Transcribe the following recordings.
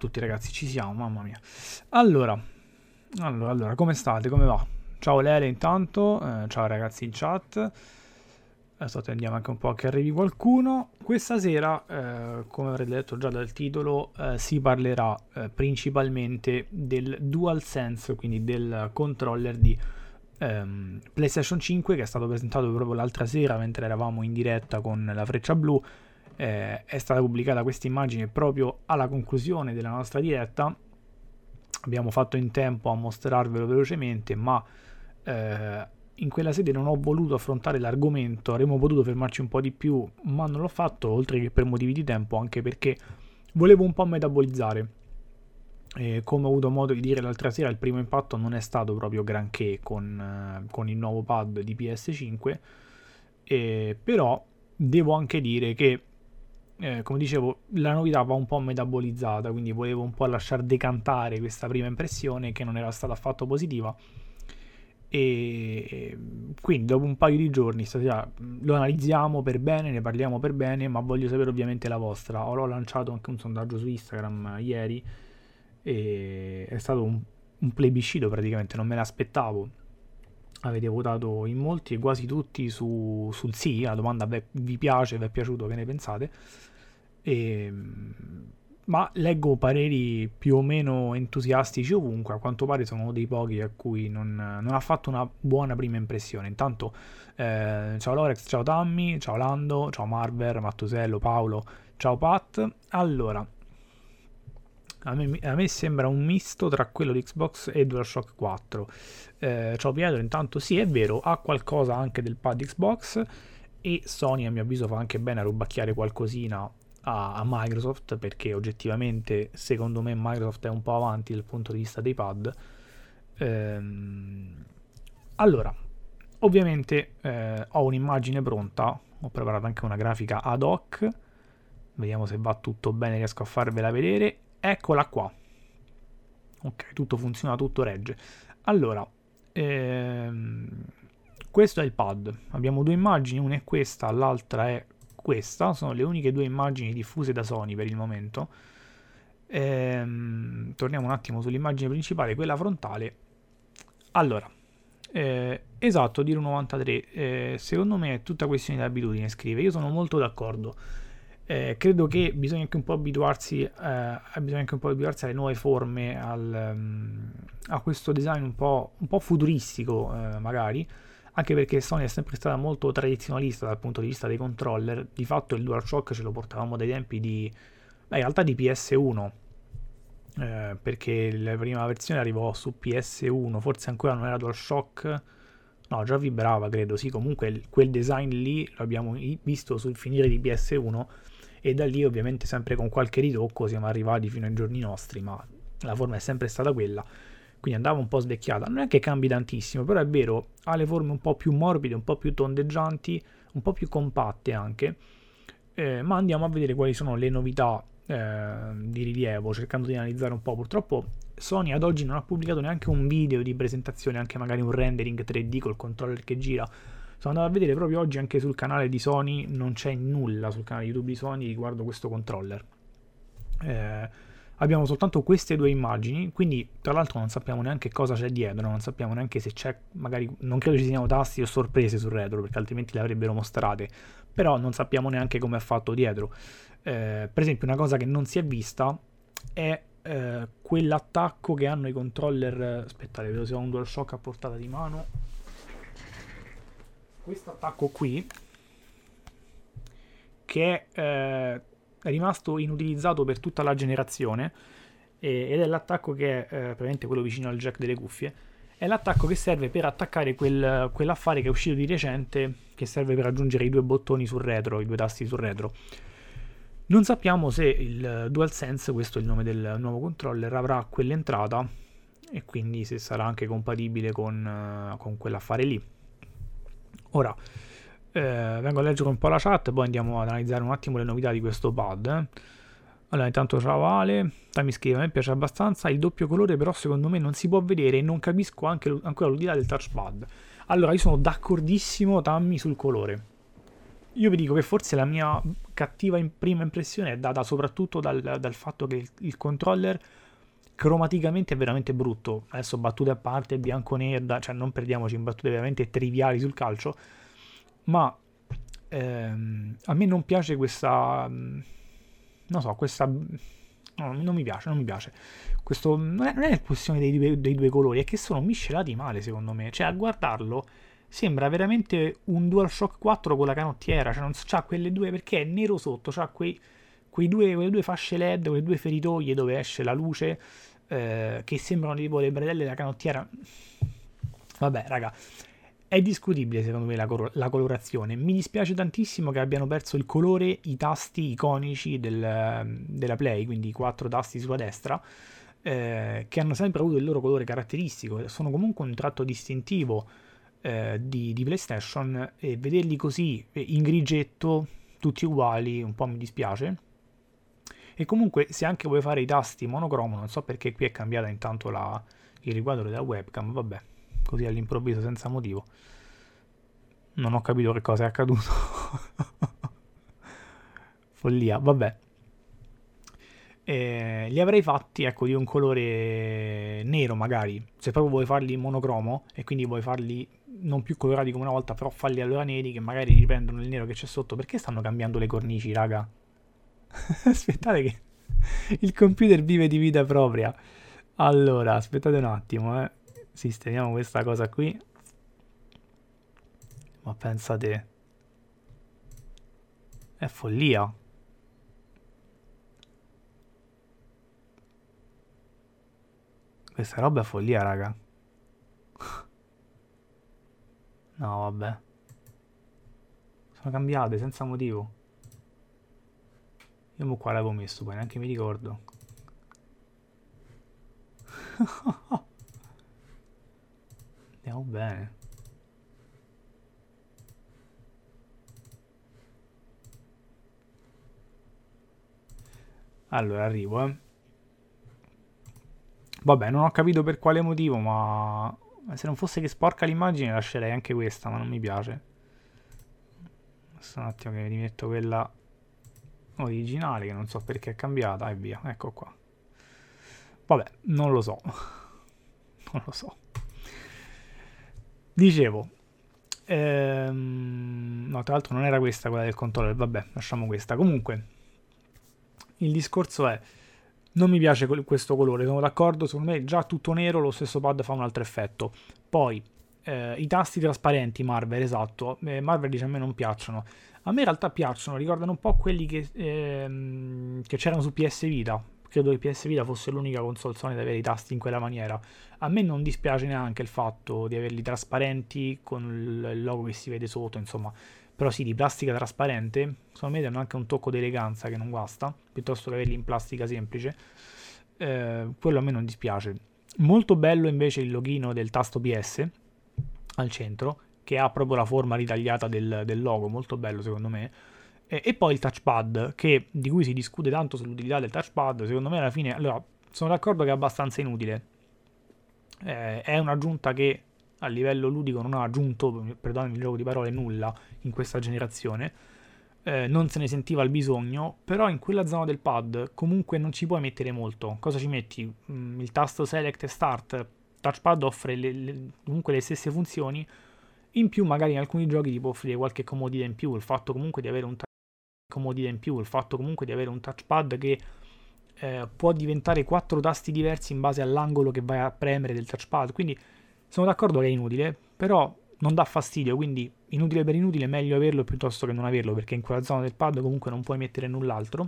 tutti ragazzi, ci siamo, mamma mia. Allora, come state? Come va? Ciao Lele intanto, ciao ragazzi in chat. Adesso attendiamo anche un po' che arrivi qualcuno. Questa sera, come avrete letto già dal titolo, si parlerà principalmente del DualSense, quindi del controller di PlayStation 5 che è stato presentato proprio l'altra sera mentre eravamo in diretta con la Freccia Blu. È stata pubblicata questa immagine proprio alla conclusione della nostra diretta. Abbiamo fatto in tempo a mostrarvelo velocemente, ma in quella sede non ho voluto affrontare l'argomento. Avremmo potuto fermarci un po' di più, ma non l'ho fatto, oltre che per motivi di tempo, anche perché volevo un po' metabolizzare. Come ho avuto modo di dire l'altra sera, il primo impatto non è stato proprio granché con il nuovo pad di PS5, però devo anche dire che come dicevo, la novità va un po' metabolizzata, quindi volevo un po' lasciar decantare questa prima impressione che non era stata affatto positiva. E quindi dopo un paio di giorni stasera lo analizziamo per bene, ne parliamo per bene, ma voglio sapere ovviamente la vostra. Ho lanciato anche un sondaggio su Instagram ieri e è stato un plebiscito praticamente, non me l'aspettavo. Avete votato in molti e quasi tutti sul sì. La domanda vi piace, vi è piaciuto, che ne pensate? Ma leggo pareri più o meno entusiastici ovunque. A quanto pare sono dei pochi a cui non ha fatto una buona prima impressione. Intanto ciao Lorex, ciao Tammy, ciao Lando, ciao Marver, Mattusello, Paolo, ciao Pat. Allora, a me sembra un misto tra quello di Xbox e DualShock 4. Ciao Pietro, intanto sì, è vero, ha qualcosa anche del pad Xbox, e Sony a mio avviso fa anche bene a rubacchiare qualcosina a Microsoft, perché oggettivamente secondo me Microsoft è un po' avanti dal punto di vista dei pad. Allora, ovviamente ho un'immagine pronta, ho preparato anche una grafica ad hoc, vediamo se va tutto bene, riesco a farvela vedere. Eccola qua. Ok, tutto funziona, tutto regge. Allora, questo è il pad. Abbiamo due immagini, una è questa, l'altra è questa. Sono le uniche due immagini diffuse da Sony per il momento. Torniamo un attimo sull'immagine principale, quella frontale. Allora, esatto, dire 93. Secondo me è tutta questione di abitudine, scrive. Io sono molto d'accordo. Credo che bisogna anche un po' abituarsi alle nuove forme, a questo design un po' futuristico, magari, anche perché Sony è sempre stata molto tradizionalista dal punto di vista dei controller. Di fatto il DualShock ce lo portavamo dai tempi in realtà di PS1, perché la prima versione arrivò su PS1, forse ancora non era DualShock, no, già vibrava credo, sì, comunque quel design lì lo abbiamo visto sul finire di PS1, e da lì ovviamente sempre con qualche ritocco siamo arrivati fino ai giorni nostri, ma la forma è sempre stata quella, quindi andava un po' svecchiata. Non è che cambi tantissimo, però è vero, ha le forme un po' più morbide, un po' più tondeggianti, un po' più compatte anche, ma andiamo a vedere quali sono le novità di rilievo, cercando di analizzare un po'. Purtroppo Sony ad oggi non ha pubblicato neanche un video di presentazione, anche magari un rendering 3D col controller che gira. Sono andato a vedere proprio oggi anche sul canale di Sony, non c'è nulla sul canale YouTube di Sony riguardo questo controller. Abbiamo soltanto queste due immagini, quindi tra l'altro non sappiamo neanche cosa c'è dietro, non sappiamo neanche se c'è, magari non credo ci siano tasti o sorprese sul retro, perché altrimenti le avrebbero mostrate, però non sappiamo neanche come è fatto dietro. Per esempio una cosa che non si è vista è quell'attacco che hanno i controller. Aspettate, vedo se ho un DualShock a portata di mano. Questo attacco qui, che è rimasto inutilizzato per tutta la generazione, ed è l'attacco che è praticamente quello vicino al jack delle cuffie. È l'attacco che serve per attaccare quell'affare che è uscito di recente, che serve per aggiungere i due bottoni sul retro, i due tasti sul retro. Non sappiamo se il DualSense, questo è il nome del nuovo controller, avrà quell'entrata, e quindi se sarà anche compatibile con quell'affare lì. Ora vengo a leggere un po' la chat, poi andiamo ad analizzare un attimo le novità di questo pad. Allora, intanto ciao Ale, mi scrive: a me piace abbastanza il doppio colore, però secondo me non si può vedere e non capisco ancora l'utilità del touchpad. Allora, io sono d'accordissimo, Tammy, sul colore. io vi dico che forse la mia cattiva prima impressione è data soprattutto dal fatto che il controller cromaticamente è veramente brutto. Adesso battute a parte, bianco-nero, cioè non perdiamoci in battute veramente triviali sul calcio, ma a me non piace questa, non so, questa, no, non mi piace, non mi piace. Questo non è questione dei due colori, è che sono miscelati male secondo me, cioè a guardarlo sembra veramente un DualShock 4 con la canottiera, cioè non so, c'ha quelle due, perché è nero sotto, c'ha quelle due fasce LED, quelle due feritoie dove esce la luce, che sembrano tipo le bretelle della canottiera. Vabbè, raga, è discutibile secondo me la colorazione. Mi dispiace tantissimo che abbiano perso il colore, i tasti iconici della Play, quindi i quattro tasti sulla destra, che hanno sempre avuto il loro colore caratteristico, sono comunque un tratto distintivo di PlayStation, e vederli così in grigetto, tutti uguali, un po' mi dispiace. E comunque se anche vuoi fare i tasti monocromo, non so perché qui è cambiata intanto il riquadro della webcam, vabbè, così all'improvviso senza motivo. Non ho capito che cosa è accaduto. Follia, vabbè. Li avrei fatti, ecco, di un colore nero magari, se proprio vuoi farli monocromo e quindi vuoi farli non più colorati come una volta, però farli allora neri che magari riprendono il nero che c'è sotto. Perché stanno cambiando le cornici, raga? Aspettate che il computer vive di vita propria. Allora, aspettate un attimo, eh. Sistemiamo questa cosa qui. Ma pensate, è follia. Questa roba è follia, raga. No, vabbè. Sono cambiate senza motivo. Io mo qua l'avevo messo, poi neanche mi ricordo. Andiamo bene. Allora, arrivo, eh. Vabbè, non ho capito per quale motivo, ma se non fosse che sporca l'immagine lascerei anche questa, ma non mi piace. Adesso un attimo che mi rimetto quella originale, che non so perché è cambiata, e via, ecco qua. Vabbè, non lo so. Non lo so. Dicevo, no, tra l'altro non era questa quella del controller, vabbè, lasciamo questa. Comunque, il discorso è, non mi piace questo colore, sono d'accordo, secondo me già tutto nero, lo stesso pad fa un altro effetto. Poi, i tasti trasparenti Marvel, esatto, Marvel dice a me non piacciono. A me in realtà piacciono, ricordano un po' quelli che c'erano su PS Vita. Credo che PS Vita fosse l'unica console Sony ad avere i tasti in quella maniera. A me non dispiace neanche il fatto di averli trasparenti con il logo che si vede sotto, insomma. Però sì, di plastica trasparente, secondo me danno anche un tocco di eleganza che non guasta, piuttosto che averli in plastica semplice. Quello a me non dispiace. Molto bello invece il loghino del tasto PS al centro, che ha proprio la forma ritagliata del logo, molto bello secondo me. E poi il touchpad, di cui si discute tanto sull'utilità del touchpad, secondo me alla fine, allora, sono d'accordo che è abbastanza inutile. È un'aggiunta che a livello ludico non ha aggiunto, perdonami il gioco di parole, nulla in questa generazione. Non se ne sentiva il bisogno, però in quella zona del pad comunque non ci puoi mettere molto. Cosa ci metti? Il tasto Select e Start. Touchpad offre comunque le stesse funzioni, in più magari in alcuni giochi ti può offrire qualche comodità in più, il fatto comunque di avere un touchpad che può diventare 4 tasti diversi in base all'angolo che vai a premere del touchpad, quindi sono d'accordo che è inutile, però non dà fastidio, quindi inutile per inutile, meglio averlo piuttosto che non averlo, perché in quella zona del pad comunque non puoi mettere null'altro.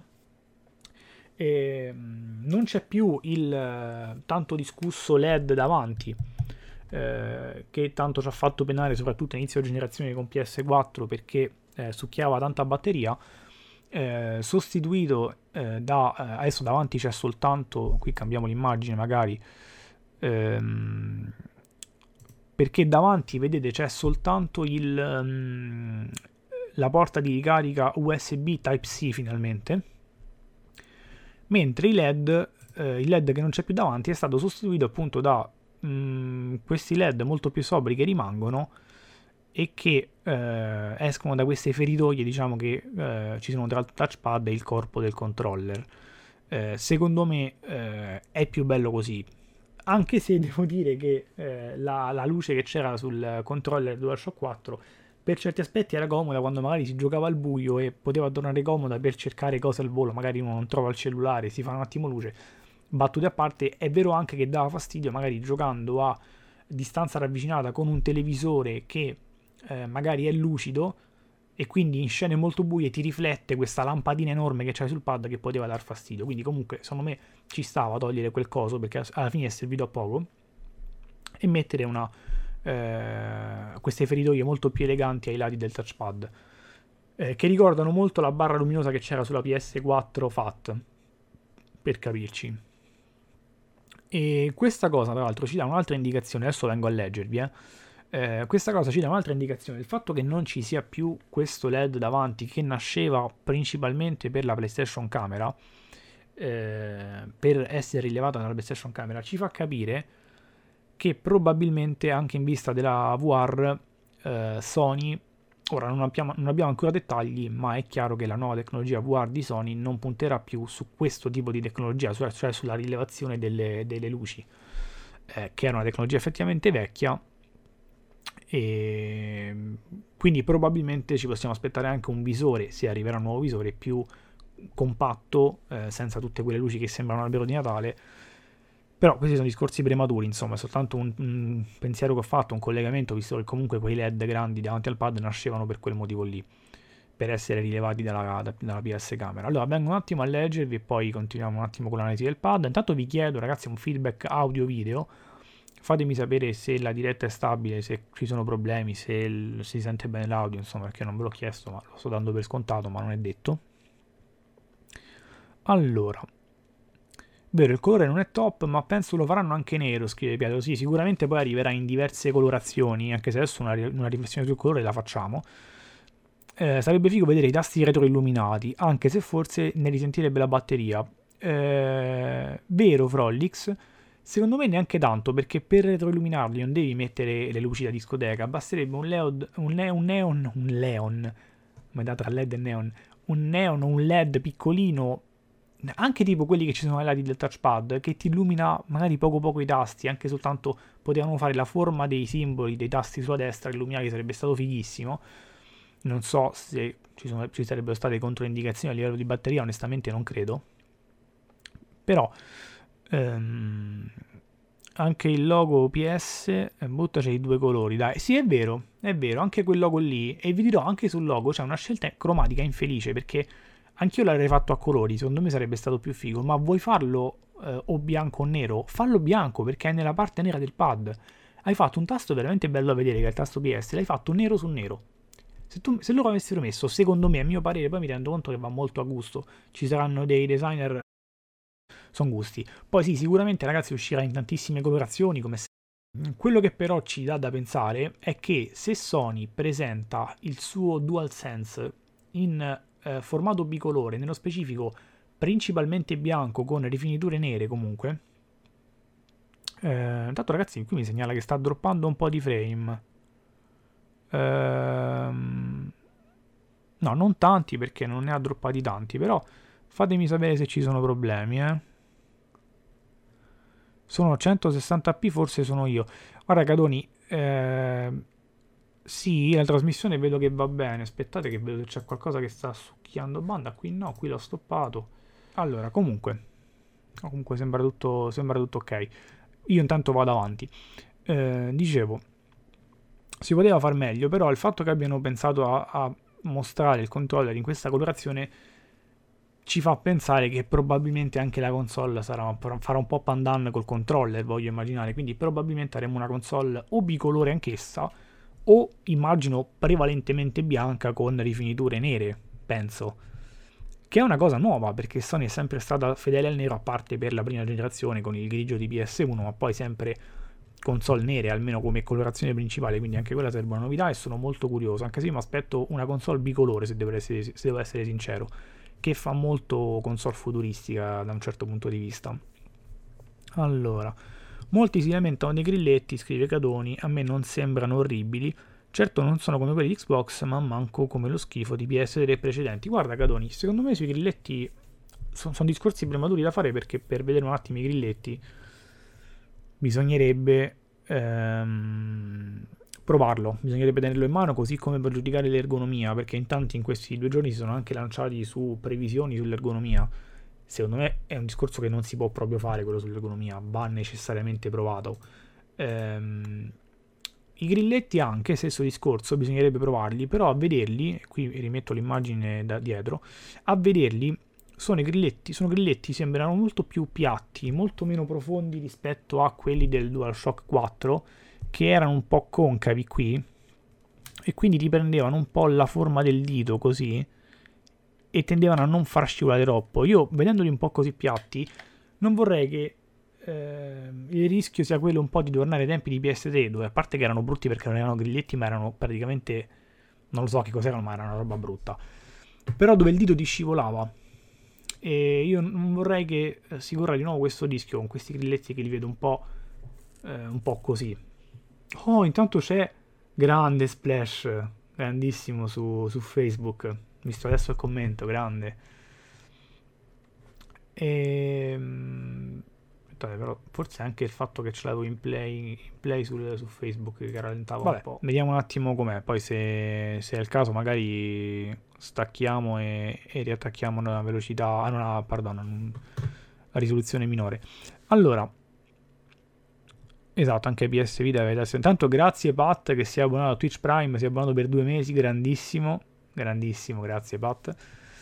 Non c'è più il tanto discusso LED davanti, che tanto ci ha fatto penare soprattutto inizio generazione con PS4 perché succhiava tanta batteria. Sostituito adesso davanti c'è soltanto, qui cambiamo l'immagine magari, perché davanti vedete c'è soltanto la porta di ricarica USB Type-C finalmente, mentre il LED che non c'è più davanti è stato sostituito appunto da questi LED molto più sobri che rimangono, e che escono da queste feritoie, diciamo che ci sono tra il touchpad e il corpo del controller. Secondo me è più bello così, anche se devo dire che la luce che c'era sul controller DualShock 4 per certi aspetti era comoda quando magari si giocava al buio e poteva tornare comoda per cercare cose al volo, magari uno non trova il cellulare, si fa un attimo luce. Battute a parte, è vero anche che dava fastidio magari giocando a distanza ravvicinata con un televisore che magari è lucido e quindi in scene molto buie ti riflette questa lampadina enorme che c'hai sul pad che poteva dar fastidio. Quindi comunque secondo me ci stava a togliere quel coso perché alla fine è servito a poco e mettere queste feritoie molto più eleganti ai lati del touchpad che ricordano molto la barra luminosa che c'era sulla PS4 FAT, per capirci. E questa cosa tra l'altro ci dà un'altra indicazione, adesso vengo a leggervi questa cosa ci dà un'altra indicazione, il fatto che non ci sia più questo LED davanti che nasceva principalmente per la PlayStation Camera, per essere rilevata dalla PlayStation Camera, ci fa capire che probabilmente anche in vista della VR Sony, ora non abbiamo ancora dettagli, ma è chiaro che la nuova tecnologia VR di Sony non punterà più su questo tipo di tecnologia, cioè sulla rilevazione delle luci, che era una tecnologia effettivamente vecchia, e quindi probabilmente ci possiamo aspettare anche un visore, se arriverà un nuovo visore, più compatto, senza tutte quelle luci che sembrano un albero di Natale. Però questi sono discorsi prematuri, insomma, è soltanto un pensiero che ho fatto, un collegamento, visto che comunque quei LED grandi davanti al pad nascevano per quel motivo lì, per essere rilevati dalla PS Camera. Allora, vengo un attimo a leggervi e poi continuiamo un attimo con l'analisi del pad. Intanto vi chiedo, ragazzi, un feedback audio-video. Fatemi sapere se la diretta è stabile, se ci sono problemi, se si sente bene l'audio, insomma, perché non ve l'ho chiesto, ma lo sto dando per scontato, ma non è detto. Allora, vero, il colore non è top, ma penso lo faranno anche nero, scrive Pietro. Sì, sicuramente poi arriverà in diverse colorazioni, anche se adesso una riflessione sul colore la facciamo. Sarebbe figo vedere i tasti retroilluminati, anche se forse ne risentirebbe la batteria. Vero, Frolix? Secondo me neanche tanto, perché per retroilluminarli non devi mettere le luci da discoteca, basterebbe un neon, come da tra LED e neon, un neon o un LED piccolino, anche tipo quelli che ci sono ai lati del touchpad, che ti illumina magari poco i tasti, anche soltanto potevano fare la forma dei simboli, dei tasti sulla destra, illuminati, sarebbe stato fighissimo. Non so se ci sarebbero state controindicazioni a livello di batteria, onestamente non credo. Però anche il logo PS buttaci i due colori, dai. Sì, è vero, anche quel logo lì. E vi dirò, anche sul logo c'è una scelta cromatica infelice, perché anch'io l'avrei fatto a colori, secondo me sarebbe stato più figo. Ma vuoi farlo o bianco o nero? Fallo bianco, perché è nella parte nera del pad. Hai fatto un tasto veramente bello da vedere, che è il tasto PS, l'hai fatto nero su nero. Se loro avessero messo, secondo me, a mio parere, poi mi rendo conto che va molto a gusto, ci saranno dei designer, sono gusti. Poi sì, sicuramente ragazzi uscirà in tantissime colorazioni, come sempre. Quello che però ci dà da pensare è che se Sony presenta il suo DualSense in formato bicolore, nello specifico principalmente bianco con rifiniture nere comunque, intanto ragazzi qui mi segnala che sta droppando un po' di frame. No, non tanti perché non ne ha droppati tanti, però fatemi sapere se ci sono problemi, Sono 160p, forse sono io. Ora, Cadoni, sì, la trasmissione vedo che va bene. Aspettate che vedo che c'è qualcosa che sta succhiando banda. Qui no, qui l'ho stoppato. Allora, comunque sembra tutto ok. Io intanto vado avanti. Dicevo, si poteva far meglio, però il fatto che abbiano pensato a mostrare il controller in questa colorazione ci fa pensare che probabilmente anche la console farà un po' pandan col controller, voglio immaginare, quindi probabilmente avremo una console o bicolore anch'essa, o immagino prevalentemente bianca con rifiniture nere, penso. Che è una cosa nuova, perché Sony è sempre stata fedele al nero, a parte per la prima generazione con il grigio di PS1, ma poi sempre console nere, almeno come colorazione principale, quindi anche quella sarebbe una novità e sono molto curioso, anche se io mi aspetto una console bicolore, se devo essere sincero, che fa molto console futuristica da un certo punto di vista. Allora, molti si lamentano dei grilletti, scrive Cadoni, a me non sembrano orribili, Certo non sono come quelli di Xbox, ma manco come lo schifo di PS3 precedenti. Guarda Cadoni, secondo me sui grilletti sono discorsi prematuri da fare, perché per vedere un attimo i grilletti bisognerebbe provarlo, bisognerebbe tenerlo in mano, così come per giudicare l'ergonomia, perché in tanti in questi 2 giorni si sono anche lanciati su previsioni sull'ergonomia. Secondo me è un discorso che non si può proprio fare, quello sull'ergonomia, va necessariamente provato. I grilletti anche, stesso discorso, bisognerebbe provarli, però a vederli, qui rimetto l'immagine da dietro, a vederli sono grilletti, sembrano molto più piatti, molto meno profondi rispetto a quelli del DualShock 4, che erano un po' concavi qui, e quindi riprendevano un po' la forma del dito così, e tendevano a non far scivolare troppo. Io, vedendoli un po' così piatti, non vorrei che il rischio sia quello un po' di tornare ai tempi di PS3, dove a parte che erano brutti perché non erano grilletti, ma erano praticamente, non lo so che cos'erano, ma era una roba brutta, però dove il dito ti scivolava. E io non vorrei che si corra di nuovo questo rischio con questi grilletti che li vedo un po' così. Oh, intanto c'è grande Splash, grandissimo su Facebook, visto adesso il commento, grande. Aspettate, però forse anche il fatto che ce l'avevo in play su Facebook che rallentava un po'. Vediamo un attimo com'è, poi se è il caso magari stacchiamo e riattacchiamo una velocità, la risoluzione minore. Allora, esatto, anche PS Vita avete. Intanto grazie Pat che si è abbonato a Twitch Prime, si è abbonato per 2 mesi, grandissimo, grazie Pat.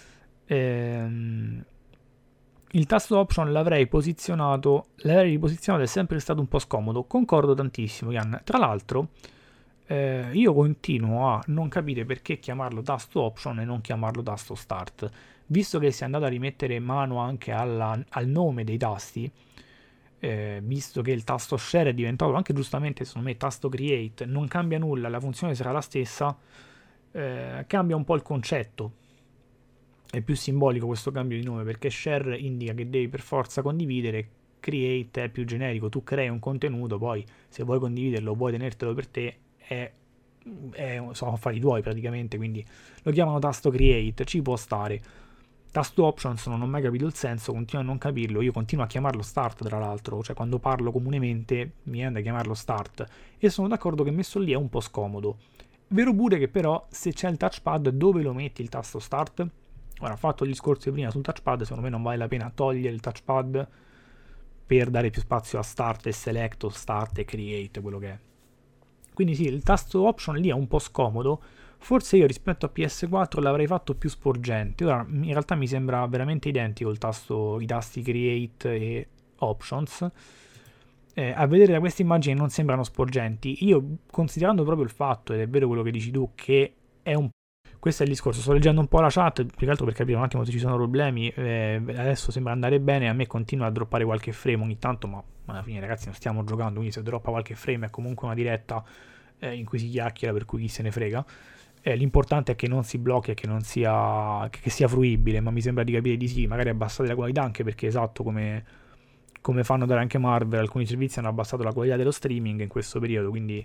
Il tasto option l'avrei riposizionato, è sempre stato un po' scomodo, concordo tantissimo Ian. Tra l'altro io continuo a non capire perché chiamarlo tasto option e non chiamarlo tasto start, visto che si è andato a rimettere mano anche al nome dei tasti, visto che il tasto share è diventato anche giustamente secondo me tasto create, non cambia nulla, la funzione sarà la stessa, cambia un po' il concetto. È più simbolico questo cambio di nome, perché share indica che devi per forza condividere, create è più generico, tu crei un contenuto, poi se vuoi condividerlo, vuoi tenertelo per te, sono affari tuoi praticamente, quindi lo chiamano tasto create, ci può stare. Tasto options non ho mai capito il senso, continuo a non capirlo, io continuo a chiamarlo start tra l'altro, cioè quando parlo comunemente mi viene da chiamarlo start, e sono d'accordo che messo lì è un po' scomodo. Vero pure che però se c'è il touchpad, dove lo metti il tasto start? Ora, fatto il discorso di prima sul touchpad, secondo me non vale la pena togliere il touchpad per dare più spazio a start e select o start e create, quello che è. Quindi sì, il tasto option lì è un po' scomodo, forse io rispetto a PS4 l'avrei fatto più sporgente. Ora, in realtà mi sembra veramente identico i tasti create e options. A vedere da queste immagini non sembrano sporgenti. Io, considerando proprio il fatto, ed è vero quello che dici tu, che è un... Questo è il discorso, sto leggendo un po' la chat, più che altro per capire un attimo se ci sono problemi, adesso sembra andare bene, a me continua a droppare qualche frame ogni tanto, ma alla fine ragazzi non stiamo giocando, quindi se droppa qualche frame è comunque una diretta in cui si chiacchiera, per cui chi se ne frega. L'importante è che non si blocchi e che non sia, che sia fruibile, ma mi sembra di capire di sì, magari abbassate la qualità, anche perché esatto, come fanno dare anche Marvel, alcuni servizi hanno abbassato la qualità dello streaming in questo periodo, quindi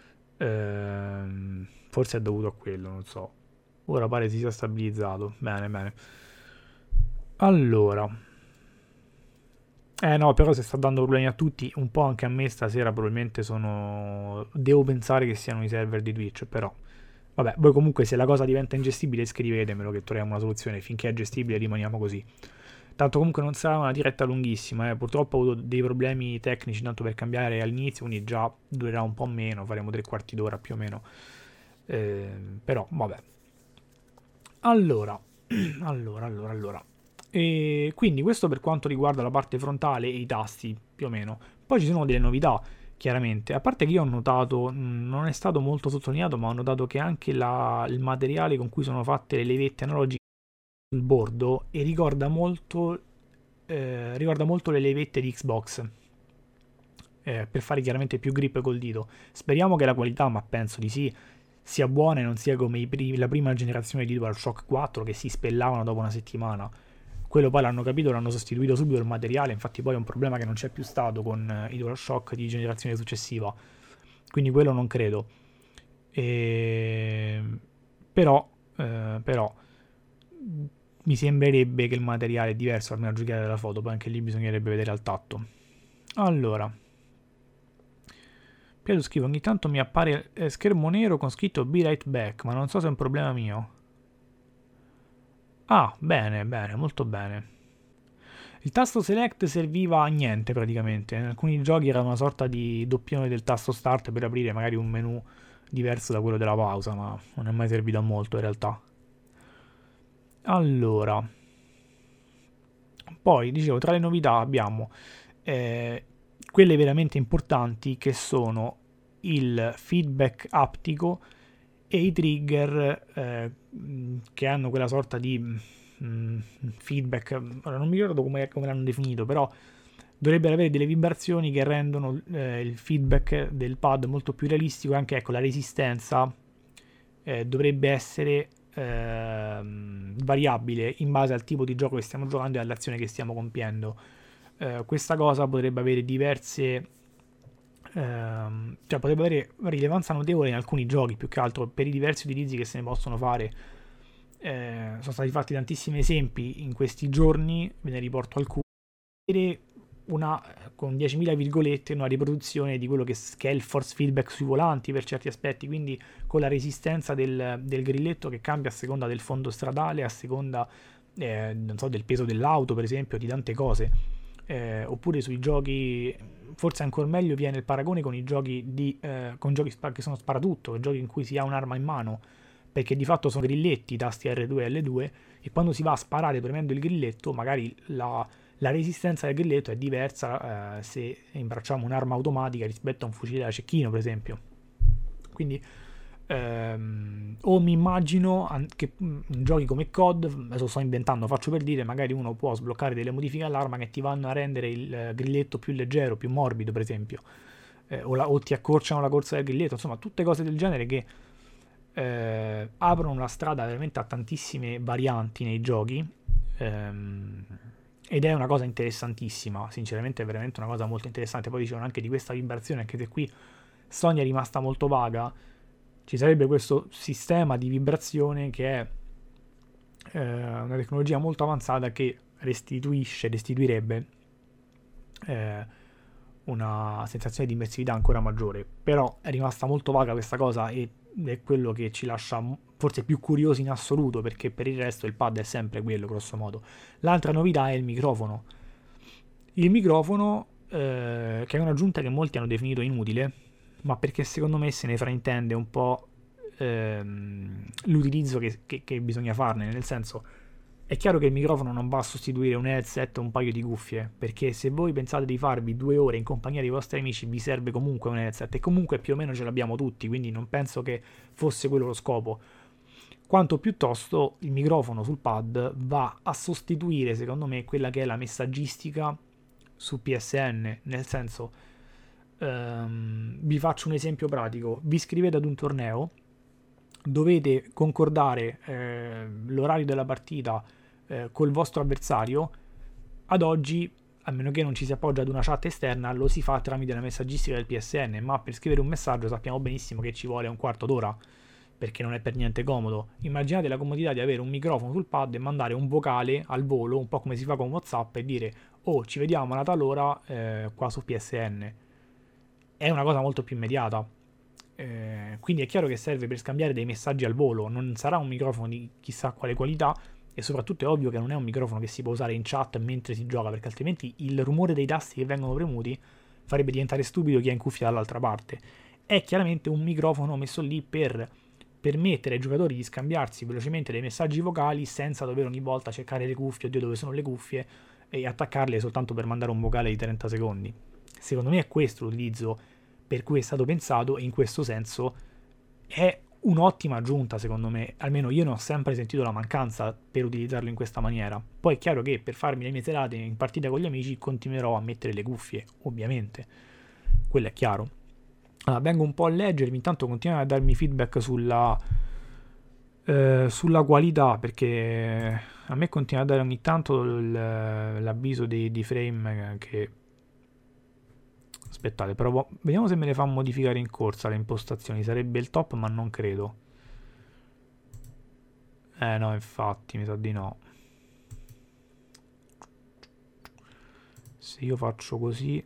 forse è dovuto a quello, non so. Ora pare si sia stabilizzato. Bene. Allora. No, però se sta dando problemi a tutti, un po' anche a me stasera probabilmente devo pensare che siano i server di Twitch, però... Vabbè, voi comunque se la cosa diventa ingestibile scrivetemelo che troviamo una soluzione, finché è gestibile rimaniamo così. Tanto comunque non sarà una diretta lunghissima, purtroppo ho avuto dei problemi tecnici tanto per cambiare all'inizio, quindi già durerà un po' meno, faremo 3/4 d'ora più o meno. Però, vabbè. Allora. E quindi questo per quanto riguarda la parte frontale e i tasti, più o meno. Poi ci sono delle novità, chiaramente. A parte che io ho notato, non è stato molto sottolineato, ma ho notato che anche il materiale con cui sono fatte le levette analogiche sul bordo e ricorda molto le levette di Xbox. Per fare chiaramente più grip col dito. Speriamo che la qualità, ma penso di sì, sia buona e non sia come la prima generazione di DualShock 4 che si spellavano dopo una settimana. Quello poi l'hanno capito, l'hanno sostituito subito il materiale, infatti poi è un problema che non c'è più stato con i DualShock di generazione successiva, quindi quello non credo. E... però mi sembrerebbe che il materiale è diverso, almeno a giudicare dalla foto, poi anche lì bisognerebbe vedere al tatto. Allora, Pietro scrive, ogni tanto mi appare schermo nero con scritto Be Right Back, ma non so se è un problema mio. Ah, bene, bene, molto bene. Il tasto select serviva a niente praticamente, in alcuni giochi era una sorta di doppione del tasto start per aprire magari un menu diverso da quello della pausa, ma non è mai servito a molto in realtà. Allora, poi dicevo, tra le novità abbiamo quelle veramente importanti che sono il feedback aptico e i trigger che hanno quella sorta di feedback, ora non mi ricordo come l'hanno definito, però dovrebbero avere delle vibrazioni che rendono il feedback del pad molto più realistico, e anche ecco, la resistenza dovrebbe essere variabile in base al tipo di gioco che stiamo giocando e all'azione che stiamo compiendo. Questa cosa potrebbe avere diverse cioè potrebbe avere rilevanza notevole in alcuni giochi, più che altro per i diversi utilizzi che se ne possono fare. Sono stati fatti tantissimi esempi in questi giorni, ve ne riporto alcuni. Una, con 10.000 virgolette, una riproduzione di quello che è il force feedback sui volanti per certi aspetti, quindi con la resistenza del grilletto che cambia a seconda del fondo stradale, a seconda non so, del peso dell'auto per esempio, di tante cose. Oppure sui giochi, forse ancora meglio viene il paragone con i giochi con giochi che sono sparatutto, giochi in cui si ha un'arma in mano, perché di fatto sono grilletti, i tasti R2 e L2, e quando si va a sparare premendo il grilletto magari la resistenza del grilletto è diversa se imbracciamo un'arma automatica rispetto a un fucile da cecchino per esempio. Quindi o mi immagino che in giochi come COD, adesso sto inventando, faccio per dire, magari uno può sbloccare delle modifiche all'arma che ti vanno a rendere il grilletto più leggero, più morbido per esempio, o ti accorciano la corsa del grilletto, insomma tutte cose del genere che aprono la strada veramente a tantissime varianti nei giochi, ed è una cosa interessantissima, sinceramente è veramente una cosa molto interessante. Poi dicevano anche di questa vibrazione, anche se qui Sony è rimasta molto vaga. Ci sarebbe questo sistema di vibrazione che è una tecnologia molto avanzata che restituirebbe una sensazione di immersività ancora maggiore, però è rimasta molto vaga questa cosa ed è quello che ci lascia forse più curiosi in assoluto, perché per il resto il pad è sempre quello grosso modo. L'altra novità è il microfono. Il microfono che è un'aggiunta che molti hanno definito inutile, ma perché secondo me se ne fraintende un po' l'utilizzo che bisogna farne, nel senso, è chiaro che il microfono non va a sostituire un headset o un paio di cuffie, perché se voi pensate di farvi 2 ore in compagnia dei vostri amici vi serve comunque un headset, e comunque più o meno ce l'abbiamo tutti, quindi non penso che fosse quello lo scopo, quanto piuttosto il microfono sul pad va a sostituire secondo me quella che è la messaggistica su PSN, nel senso, vi faccio un esempio pratico: vi iscrivete ad un torneo, dovete concordare l'orario della partita col vostro avversario. Ad oggi, a meno che non ci si appoggia ad una chat esterna, lo si fa tramite la messaggistica del PSN, ma per scrivere un messaggio sappiamo benissimo che ci vuole un quarto d'ora, perché non è per niente comodo. Immaginate la comodità di avere un microfono sul pad e mandare un vocale al volo, un po' come si fa con WhatsApp, e dire oh, ci vediamo alla tal ora qua su PSN. È una cosa molto più immediata. Quindi è chiaro che serve per scambiare dei messaggi al volo, non sarà un microfono di chissà quale qualità, e soprattutto è ovvio che non è un microfono che si può usare in chat mentre si gioca, perché altrimenti il rumore dei tasti che vengono premuti farebbe diventare stupido chi ha in cuffia dall'altra parte. È chiaramente un microfono messo lì per permettere ai giocatori di scambiarsi velocemente dei messaggi vocali senza dover ogni volta cercare le cuffie, oddio dove sono le cuffie, e attaccarle soltanto per mandare un vocale di 30 secondi. Secondo me è questo l'utilizzo per cui è stato pensato, e in questo senso è un'ottima aggiunta secondo me, almeno io ne ho sempre sentito la mancanza per utilizzarlo in questa maniera. Poi è chiaro che per farmi le mie serate in partita con gli amici continuerò a mettere le cuffie, ovviamente, quello è chiaro. Allora, vengo un po' a leggermi, intanto continuano a darmi feedback sulla qualità, perché a me continua a dare ogni tanto l'avviso di frame che... aspettate, provo, vediamo se me le fa modificare in corsa le impostazioni, sarebbe il top ma non credo. No, infatti, mi sa di no. Se io faccio così...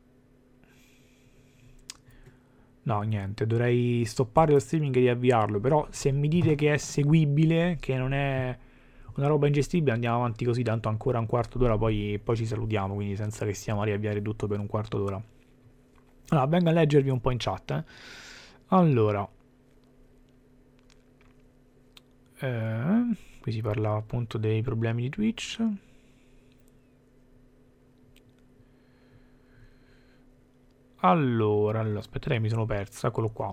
No, niente, dovrei stoppare lo streaming e riavviarlo, però se mi dite che è seguibile, che non è una roba ingestibile, andiamo avanti così, tanto ancora un quarto d'ora, poi ci salutiamo, quindi senza che stiamo a riavviare tutto per un quarto d'ora. Allora, vengo a leggervi un po' in chat. Allora, qui si parla appunto dei problemi di Twitch. Allora, aspettate, mi sono perso, eccolo qua.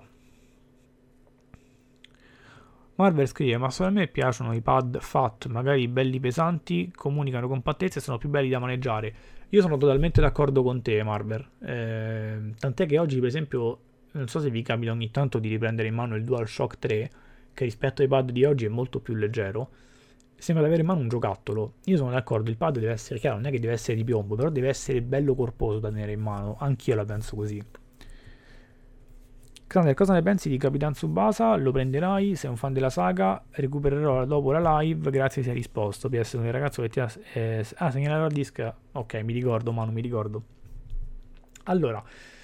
Marvel scrive, ma solo a me piacciono i pad fat, magari belli pesanti, comunicano compattezza e sono più belli da maneggiare. Io sono totalmente d'accordo con te, Marvel. Tant'è che oggi, per esempio, non so se vi capita ogni tanto di riprendere in mano il DualShock 3, che rispetto ai pad di oggi è molto più leggero. Sembra di avere in mano un giocattolo. Io sono d'accordo, il pad deve essere chiaro, non è che deve essere di piombo, però deve essere bello corposo da tenere in mano. Anch'io la penso così. Xander, cosa ne pensi di Capitan Tsubasa? Lo prenderai? Sei un fan della saga? Recupererò dopo la live, grazie se hai risposto. PS, sono il ragazzo che ti ha... segnalerò il disc. Ok, mi ricordo, Manu, mi ricordo. Allora,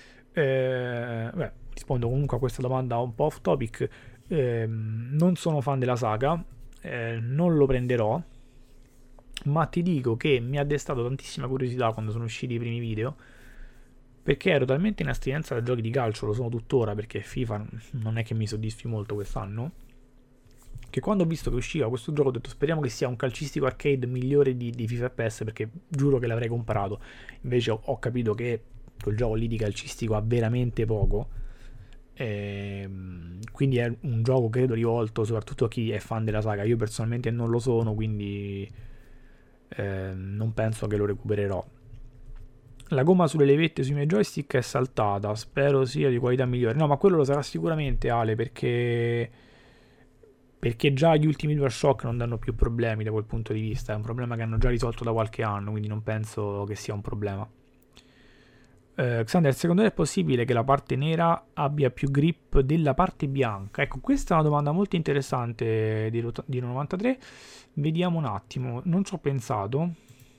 rispondo comunque a questa domanda un po' off topic. Non sono fan della saga, non lo prenderò, ma ti dico che mi ha destato tantissima curiosità quando sono usciti i primi video, perché ero talmente in astinenza da giochi di calcio, lo sono tuttora perché FIFA non è che mi soddisfi molto quest'anno, che quando ho visto che usciva questo gioco ho detto speriamo che sia un calcistico arcade migliore di FIFA FPS, perché giuro che l'avrei comprato. Invece ho capito che quel gioco lì di calcistico ha veramente poco, quindi è un gioco credo rivolto soprattutto a chi è fan della saga. Io personalmente non lo sono, quindi non penso che lo recupererò. La gomma sulle levette sui miei joystick è saltata, spero sia di qualità migliore. No, ma quello lo sarà sicuramente, Ale, perché già gli ultimi DualShock non danno più problemi da quel punto di vista. È un problema che hanno già risolto da qualche anno, quindi non penso che sia un problema. Xander, secondo te è possibile che la parte nera abbia più grip della parte bianca? Ecco, questa è una domanda molto interessante di 93. Vediamo un attimo, non ci ho pensato.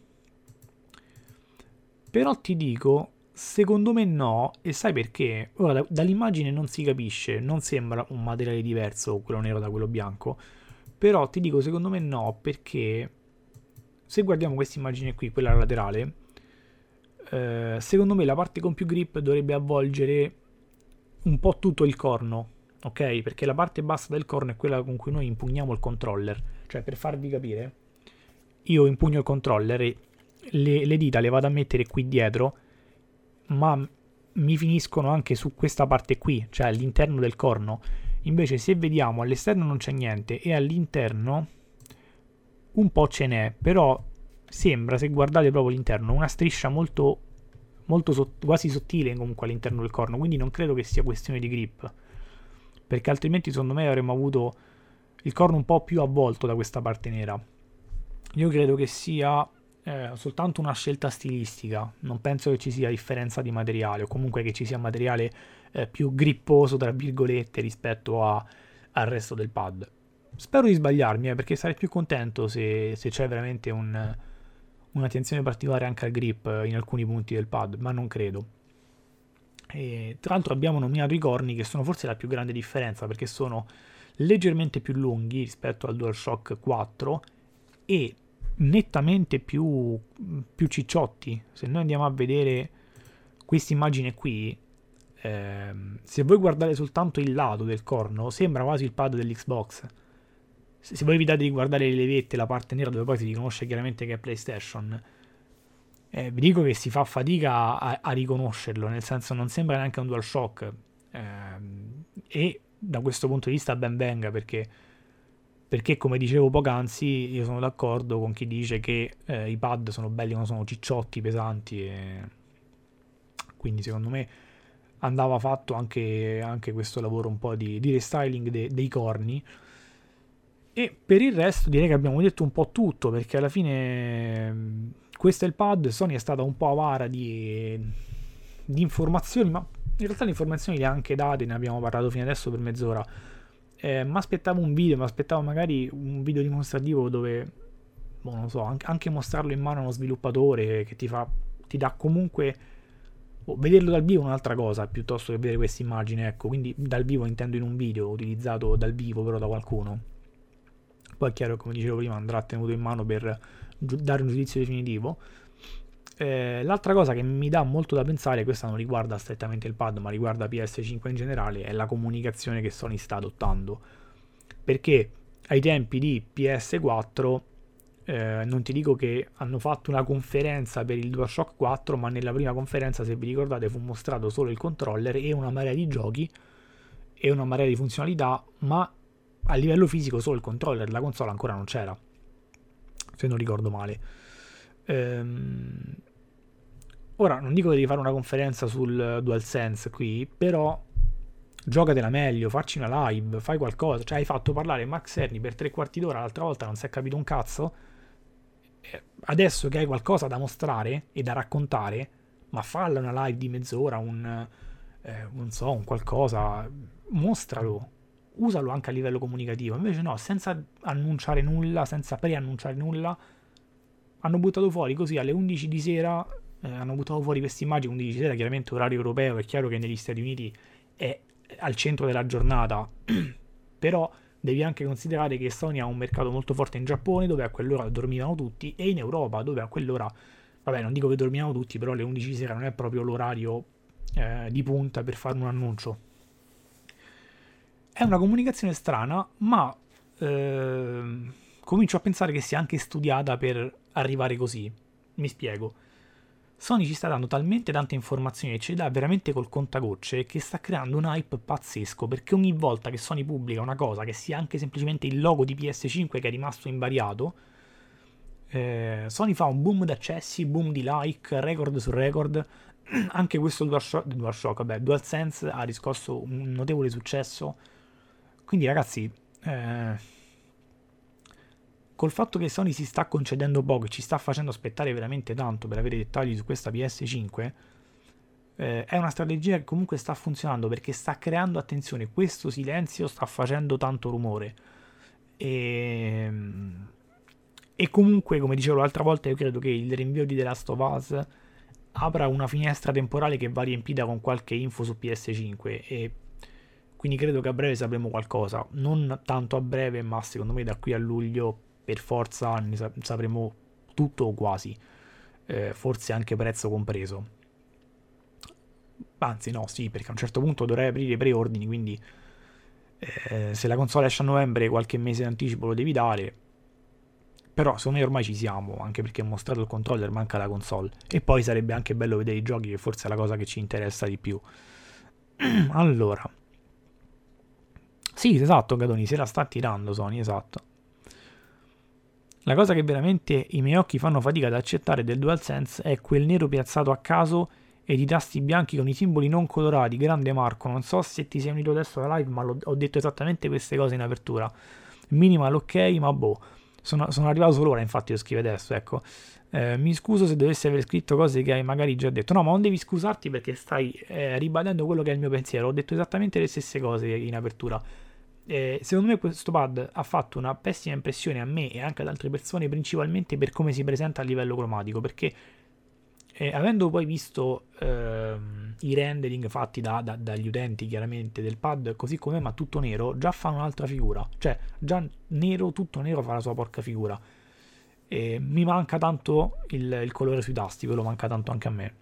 Però ti dico, secondo me no, e sai perché? Ora, dall'immagine non si capisce, non sembra un materiale diverso quello nero da quello bianco, però ti dico, secondo me no, perché se guardiamo questa immagine qui, quella laterale, secondo me la parte con più grip dovrebbe avvolgere un po' tutto il corno, ok? Perché la parte bassa del corno è quella con cui noi impugniamo il controller. Cioè, per farvi capire, io impugno il controller e le dita le vado a mettere qui dietro, ma mi finiscono anche su questa parte qui, cioè all'interno del corno. Invece se vediamo all'esterno non c'è niente e all'interno un po' ce n'è, però sembra, se guardate proprio l'interno, una striscia molto quasi sottile comunque all'interno del corno, quindi non credo che sia questione di grip, perché altrimenti secondo me avremmo avuto il corno un po' più avvolto da questa parte nera. Io credo che sia soltanto una scelta stilistica, non penso che ci sia differenza di materiale o comunque che ci sia materiale più gripposo tra virgolette rispetto al resto del pad. Spero di sbagliarmi, perché sarei più contento se c'è veramente un'attenzione particolare anche al grip in alcuni punti del pad, ma non credo. E, tra l'altro abbiamo nominato i corni, che sono forse la più grande differenza, perché sono leggermente più lunghi rispetto al DualShock 4 e nettamente più cicciotti. Se noi andiamo a vedere questa immagine qui, se voi guardate soltanto il lato del corno sembra quasi il pad dell'Xbox. Se voi evitate di guardare le levette, la parte nera dove poi si riconosce chiaramente che è PlayStation, vi dico che si fa fatica a riconoscerlo, nel senso non sembra neanche un DualShock, e da questo punto di vista ben venga, perché come dicevo poc'anzi io sono d'accordo con chi dice che i pad sono belli quando sono cicciotti, pesanti, e quindi secondo me andava fatto anche questo lavoro un po' di restyling dei corni. E per il resto direi che abbiamo detto un po' tutto, perché alla fine questo è il pad. Sony è stata un po' avara di di informazioni, ma in realtà le informazioni le ha anche date, ne abbiamo parlato fino adesso per mezz'ora. Mi aspettavo un video, mi aspettavo magari un video dimostrativo dove, boh, non so, anche mostrarlo in mano a uno sviluppatore che ti dà comunque, vederlo dal vivo è un'altra cosa piuttosto che vedere queste immagini, ecco. Quindi dal vivo intendo in un video utilizzato dal vivo però da qualcuno. Poi è chiaro, come dicevo prima, andrà tenuto in mano per dare un giudizio definitivo. L'altra cosa che mi dà molto da pensare, questa non riguarda strettamente il pad ma riguarda PS5 in generale, è la comunicazione che Sony sta adottando, perché ai tempi di PS4 non ti dico che hanno fatto una conferenza per il DualShock 4, ma nella prima conferenza, se vi ricordate, fu mostrato solo il controller e una marea di giochi e una marea di funzionalità, ma a livello fisico solo il controller, la console ancora non c'era, se non ricordo male. Ora non dico che devi fare una conferenza sul DualSense qui, però giocatela meglio, facci una live, fai qualcosa. Cioè, hai fatto parlare Max Erni per 3 quarti d'ora, l'altra volta non si è capito un cazzo. Adesso che hai qualcosa da mostrare e da raccontare, ma falla una live di mezz'ora, non so, un qualcosa, mostralo, usalo anche a livello comunicativo. Invece no, senza annunciare nulla, senza preannunciare nulla, hanno buttato fuori così alle 11 di sera, hanno buttato fuori queste immagini 11 di sera, chiaramente orario europeo, è chiaro che negli Stati Uniti è al centro della giornata, però devi anche considerare che Sony ha un mercato molto forte in Giappone, dove a quell'ora dormivano tutti, e in Europa, dove a quell'ora, vabbè, non dico che dormivano tutti, però le 11 di sera non è proprio l'orario di punta per fare un annuncio. È una comunicazione strana, ma comincio a pensare che sia anche studiata per arrivare così. Mi spiego. Sony ci sta dando talmente tante informazioni e ci dà veramente col contagocce che sta creando un hype pazzesco, perché ogni volta che Sony pubblica una cosa, che sia anche semplicemente il logo di PS5 che è rimasto invariato, Sony fa un boom d'accessi, boom di like, record su record. Anche questo DualSense ha riscosso un notevole successo. Quindi ragazzi, col fatto che Sony si sta concedendo poco e ci sta facendo aspettare veramente tanto per avere dettagli su questa PS5, è una strategia che comunque sta funzionando, perché sta creando attenzione. Questo silenzio sta facendo tanto rumore e comunque, come dicevo l'altra volta, io credo che il rinvio di The Last of Us apra una finestra temporale che va riempita con qualche info su PS5, e quindi credo che a breve sapremo qualcosa. Non tanto a breve, ma secondo me da qui a luglio per forza ne sapremo tutto o quasi, forse anche prezzo compreso. Anzi no, sì, perché a un certo punto dovrei aprire i preordini, quindi se la console esce a novembre qualche mese in anticipo lo devi dare. Però secondo me ormai ci siamo, anche perché ho mostrato il controller, manca la console. E poi sarebbe anche bello vedere i giochi, che forse è la cosa che ci interessa di più. Allora, sì, esatto, Gadoni, se la sta tirando Sony, esatto. La cosa che veramente i miei occhi fanno fatica ad accettare del DualSense è quel nero piazzato a caso ed i tasti bianchi con i simboli non colorati. Grande Marco, non so se ti sei unito adesso alla live, ma ho detto esattamente queste cose in apertura. Minimal ok, ma boh. Sono arrivato solo ora, infatti lo scrivo adesso, ecco. Mi scuso se dovessi aver scritto cose che hai magari già detto. No, ma non devi scusarti, perché stai ribadendo quello che è il mio pensiero. Ho detto esattamente le stesse cose in apertura. Secondo me questo pad ha fatto una pessima impressione a me e anche ad altre persone, principalmente per come si presenta a livello cromatico, perché avendo poi visto i rendering fatti dagli utenti chiaramente del pad così com'è, ma tutto nero, già fa un'altra figura. Cioè già nero, tutto nero, fa la sua porca figura. Mi manca tanto il colore sui tasti, quello manca tanto anche a me.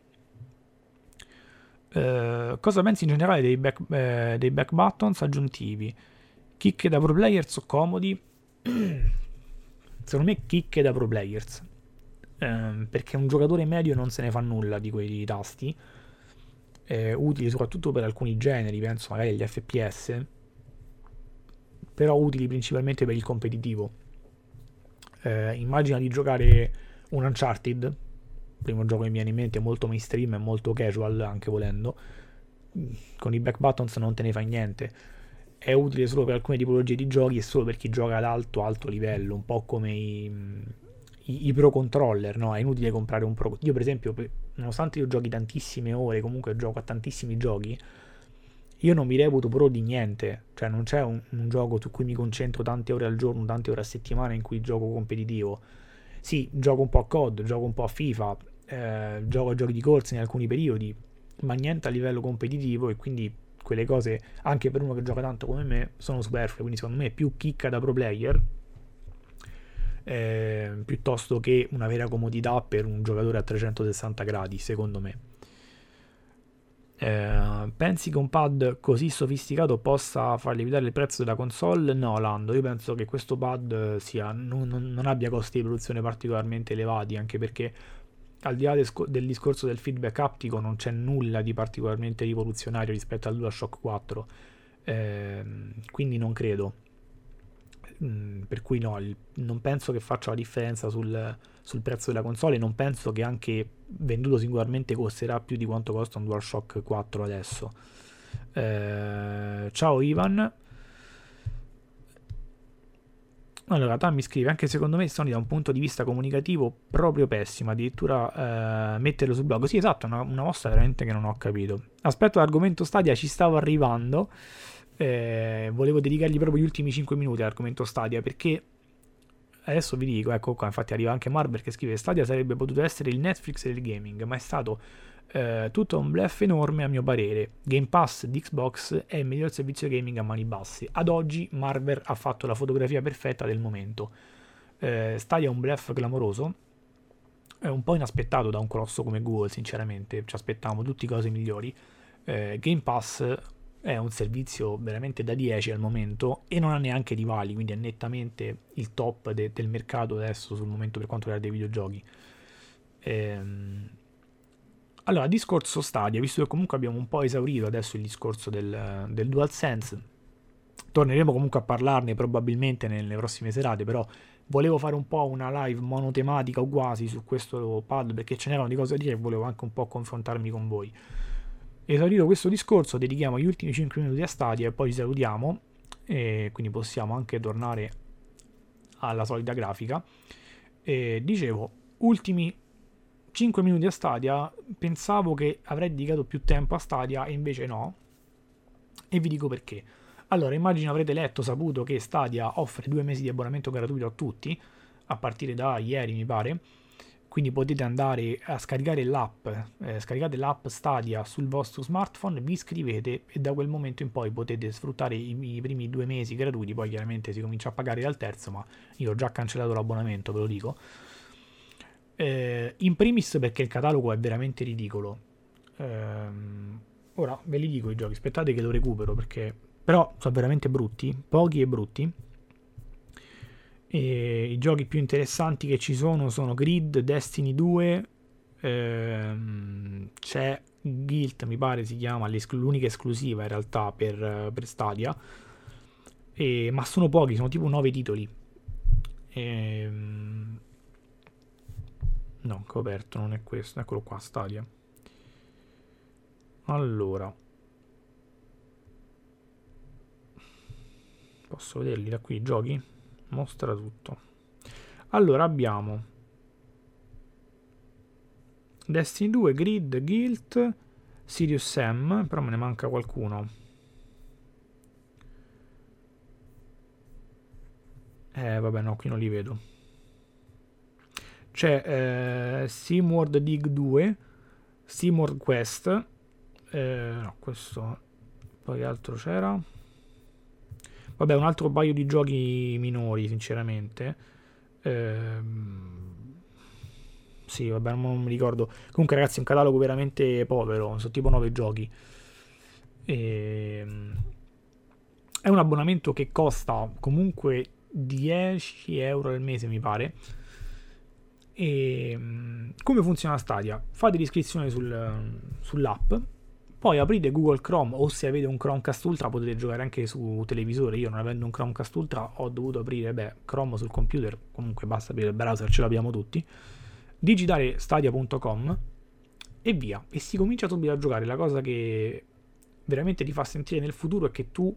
Cosa pensi in generale dei back buttons aggiuntivi? Chicche da pro players sono comodi? Secondo me chicche da pro players, perché un giocatore medio non se ne fa nulla di quei tasti, utili soprattutto per alcuni generi, penso magari agli FPS, però utili principalmente per il competitivo. Immagina di giocare un Uncharted, il primo gioco che mi viene in mente, molto mainstream e molto casual anche volendo, con i back buttons non te ne fai niente. È utile solo per alcune tipologie di giochi e solo per chi gioca ad alto livello, un po' come i pro controller, no? È inutile comprare un pro. Io per esempio nonostante io giochi tantissime ore, comunque gioco a tantissimi giochi, io non mi reputo pro di niente, cioè non c'è un gioco su cui mi concentro tante ore al giorno, tante ore a settimana in cui gioco competitivo. Sì, gioco un po' a COD, gioco un po' a FIFA, gioco a giochi di corsa in alcuni periodi, ma niente a livello competitivo, e quindi quelle cose, anche per uno che gioca tanto come me, sono superflue. Quindi secondo me è più chicca da pro player, piuttosto che una vera comodità per un giocatore a 360 gradi, secondo me. Pensi che un pad così sofisticato possa far lievitare il prezzo della console? No, Lando, io penso che questo pad non abbia costi di produzione particolarmente elevati, anche perché al di là del discorso del feedback aptico non c'è nulla di particolarmente rivoluzionario rispetto al DualShock 4, quindi non credo. Per cui no, non penso che faccia la differenza sul prezzo della console, e non penso che anche venduto singolarmente costerà più di quanto costa un DualShock 4 adesso. Ciao Ivan. Allora, Tam mi scrive: anche secondo me Sony da un punto di vista comunicativo proprio pessimo, addirittura metterlo sul blog. Sì, esatto, una mossa veramente che non ho capito. Aspetto l'argomento Stadia, ci stavo arrivando. Volevo dedicargli proprio gli ultimi 5 minuti all'argomento Stadia, perché adesso vi dico, ecco qua, infatti arriva anche Marber che scrive: Stadia sarebbe potuto essere il Netflix del gaming, ma è stato tutto un bluff enorme a mio parere. Game Pass di Xbox è il miglior servizio gaming a mani basse. Ad oggi Marber ha fatto la fotografia perfetta del momento. Stadia è un bluff clamoroso, è un po' inaspettato da un colosso come Google, sinceramente, ci aspettavamo tutti cose migliori. Game Pass è un servizio veramente da 10 al momento e non ha neanche rivali, quindi è nettamente il top del mercato adesso sul momento per quanto riguarda i videogiochi. Allora, discorso Stadia, visto che comunque abbiamo un po' esaurito adesso il discorso del DualSense, torneremo comunque a parlarne probabilmente nelle prossime serate, però volevo fare un po' una live monotematica o quasi su questo pad, perché ce n'erano di cose da dire e volevo anche un po' confrontarmi con voi. Esaurito questo discorso, dedichiamo gli ultimi 5 minuti a Stadia e poi ci salutiamo, e quindi possiamo anche tornare alla solita grafica. Dicevo, ultimi 5 minuti a Stadia. Pensavo che avrei dedicato più tempo a Stadia e invece no, e vi dico perché. Allora, immagino avrete letto, saputo che Stadia offre 2 mesi di abbonamento gratuito a tutti a partire da ieri, mi pare. Quindi potete andare a scaricare l'app, scaricate l'app Stadia sul vostro smartphone, vi iscrivete e da quel momento in poi potete sfruttare i primi 2 mesi gratuiti. Poi chiaramente si comincia a pagare dal terzo, ma io ho già cancellato l'abbonamento, ve lo dico. In primis perché il catalogo è veramente ridicolo. Ora ve li dico i giochi, aspettate che lo recupero, perché però sono veramente brutti, pochi e brutti. E i giochi più interessanti che ci sono Grid, Destiny 2, c'è Guild, mi pare si chiama, l'unica esclusiva in realtà per Stadia, ma sono pochi, sono tipo 9 titoli. No, coperto, non è questo, eccolo qua, Stadia. Allora, posso vederli da qui i giochi? Mostra tutto. Allora abbiamo Destiny 2, Grid, Guild, Sirius Sam, però me ne manca qualcuno. Vabbè, no, qui non li vedo. C'è SteamWorld Dig 2, SteamWorld Quest, no, questo, poi altro c'era. Vabbè, un altro paio di giochi minori, sinceramente. Sì, vabbè, non mi ricordo. Comunque, ragazzi, è un catalogo veramente povero. Sono tipo 9 giochi. È un abbonamento che costa comunque 10 euro al mese, mi pare. E come funziona Stadia? Fate l'iscrizione sull'app, poi aprite Google Chrome, o se avete un Chromecast Ultra potete giocare anche su televisore. Io non avendo un Chromecast Ultra ho dovuto aprire Chrome sul computer, comunque basta aprire il browser, ce l'abbiamo tutti, digitare stadia.com e via, e si comincia subito a giocare. La cosa che veramente ti fa sentire nel futuro è che tu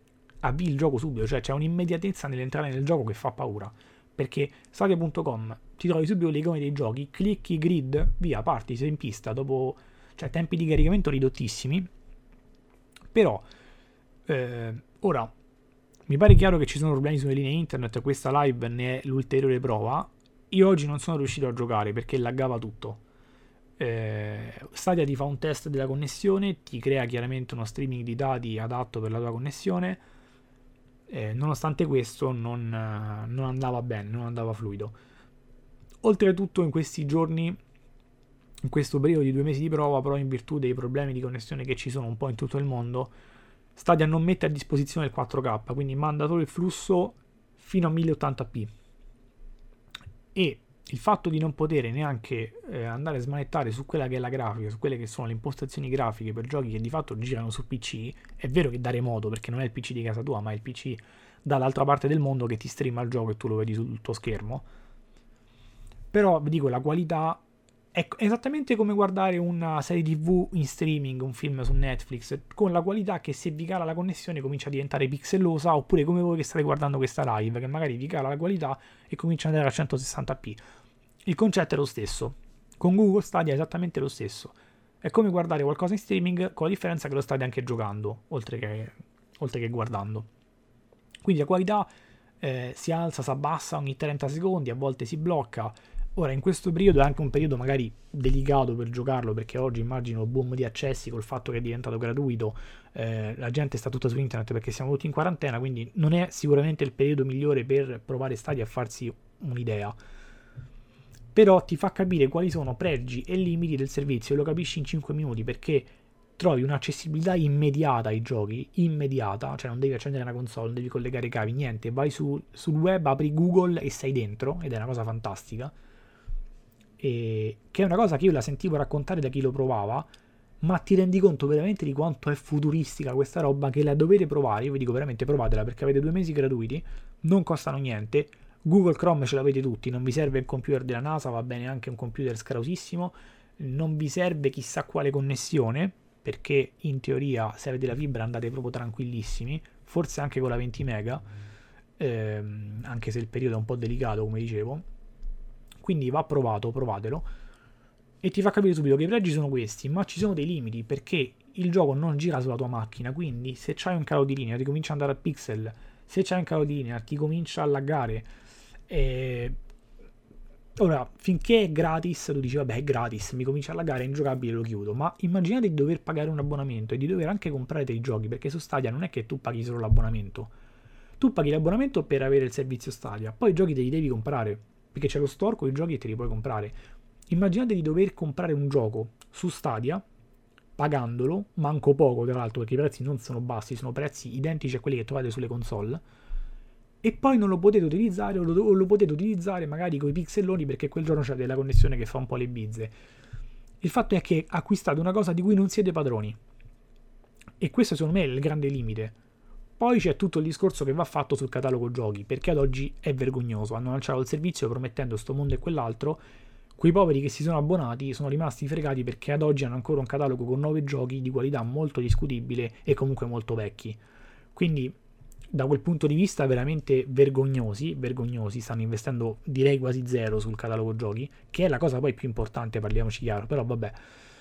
avvii il gioco subito, cioè c'è un'immediatezza nell'entrare nel gioco che fa paura, perché stadia.com ti trovi subito le icone dei giochi, clicchi grid, via, parti, sei in pista, dopo, cioè tempi di caricamento ridottissimi. Però ora mi pare chiaro che ci sono problemi sulle linee internet, questa live ne è l'ulteriore prova. Io oggi non sono riuscito a giocare perché laggava tutto. Stadia ti fa un test della connessione, ti crea chiaramente uno streaming di dati adatto per la tua connessione. Nonostante questo non andava bene, non andava fluido. Oltretutto in questi giorni, in questo periodo di 2 mesi di prova, però in virtù dei problemi di connessione che ci sono un po' in tutto il mondo, Stadia non mette a disposizione il 4K, quindi manda solo il flusso fino a 1080p. E il fatto di non poter neanche andare a smanettare su quella che è la grafica, su quelle che sono le impostazioni grafiche per giochi che di fatto girano su PC, è vero che dà remoto perché non è il PC di casa tua, ma è il PC dall'altra parte del mondo che ti streama il gioco e tu lo vedi sul tuo schermo. Però vi dico, la qualità è esattamente come guardare una serie TV in streaming, un film su Netflix, con la qualità che se vi cala la connessione comincia a diventare pixellosa, oppure come voi che state guardando questa live, che magari vi cala la qualità e comincia ad andare a 160p. Il concetto è lo stesso. Con Google Stadia è esattamente lo stesso. È come guardare qualcosa in streaming, con la differenza che lo state anche giocando, oltre che guardando. Quindi la qualità si alza, si abbassa ogni 30 secondi, a volte si blocca. Ora, in questo periodo è anche un periodo magari delicato per giocarlo, perché oggi immagino boom di accessi col fatto che è diventato gratuito, la gente sta tutta su internet perché siamo tutti in quarantena, quindi non è sicuramente il periodo migliore per provare Stadia e farsi un'idea. Però ti fa capire quali sono pregi e limiti del servizio e lo capisci in 5 minuti, perché trovi un'accessibilità immediata ai giochi, immediata, cioè non devi accendere una console, non devi collegare i cavi, niente, vai sul web, apri Google e sei dentro, ed è una cosa fantastica. Che è una cosa che io la sentivo raccontare da chi lo provava, ma ti rendi conto veramente di quanto è futuristica questa roba, che la dovete provare. Io vi dico veramente provatela, perché avete 2 mesi gratuiti, non costano niente. Google Chrome ce l'avete tutti, non vi serve il computer della NASA, va bene anche un computer scrausissimo, non vi serve chissà quale connessione, perché in teoria se avete la fibra andate proprio tranquillissimi, forse anche con la 20 mega, anche se il periodo è un po' delicato come dicevo. Quindi va provato, provatelo, e ti fa capire subito che i pregi sono questi, ma ci sono dei limiti, perché il gioco non gira sulla tua macchina, quindi se c'hai un calo di linea ti comincia ad andare a pixel, se c'hai un calo di linea ti comincia a laggare. Ora, finché è gratis, tu dici vabbè è gratis, mi comincia a laggare, è ingiocabile, lo chiudo, ma immaginate di dover pagare un abbonamento e di dover anche comprare dei giochi, perché su Stadia non è che tu paghi solo l'abbonamento, tu paghi l'abbonamento per avere il servizio Stadia, poi i giochi te li devi comprare, perché c'è lo store con i giochi e te li puoi comprare. Immaginate di dover comprare un gioco su Stadia, pagandolo, manco poco tra l'altro, perché i prezzi non sono bassi, sono prezzi identici a quelli che trovate sulle console, e poi non lo potete utilizzare o lo potete utilizzare magari con i pixelloni perché quel giorno c'è della connessione che fa un po' le bizze. Il fatto è che acquistate una cosa di cui non siete padroni, e questo secondo me è il grande limite. Poi c'è tutto il discorso che va fatto sul catalogo giochi, perché ad oggi è vergognoso, hanno lanciato il servizio promettendo sto mondo e quell'altro, quei poveri che si sono abbonati sono rimasti fregati perché ad oggi hanno ancora un catalogo con 9 giochi di qualità molto discutibile e comunque molto vecchi. Quindi da quel punto di vista veramente vergognosi, stanno investendo direi quasi zero sul catalogo giochi, che è la cosa poi più importante, parliamoci chiaro, però vabbè.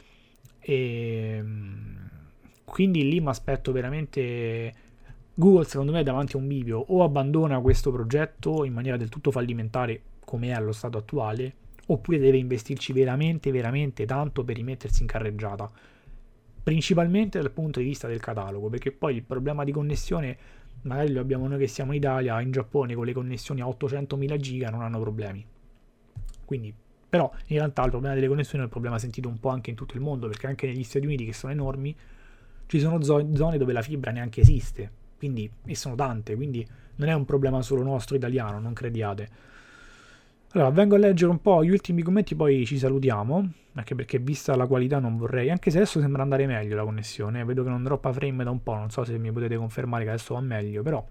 Quindi lì mi aspetto veramente, Google secondo me è davanti a un bivio, o abbandona questo progetto in maniera del tutto fallimentare come è allo stato attuale, oppure deve investirci veramente veramente tanto per rimettersi in carreggiata, principalmente dal punto di vista del catalogo, perché poi il problema di connessione magari lo abbiamo noi che siamo in Italia, in Giappone con le connessioni a 800.000 giga non hanno problemi. Quindi, però in realtà il problema delle connessioni è un problema sentito un po' anche in tutto il mondo, perché anche negli Stati Uniti, che sono enormi, ci sono zone dove la fibra neanche esiste, quindi, e sono tante, quindi non è un problema solo nostro italiano, non crediate. Allora, vengo a leggere un po' gli ultimi commenti, poi ci salutiamo, anche perché vista la qualità non vorrei, anche se adesso sembra andare meglio la connessione, vedo che non droppa frame da un po', non so se mi potete confermare che adesso va meglio, però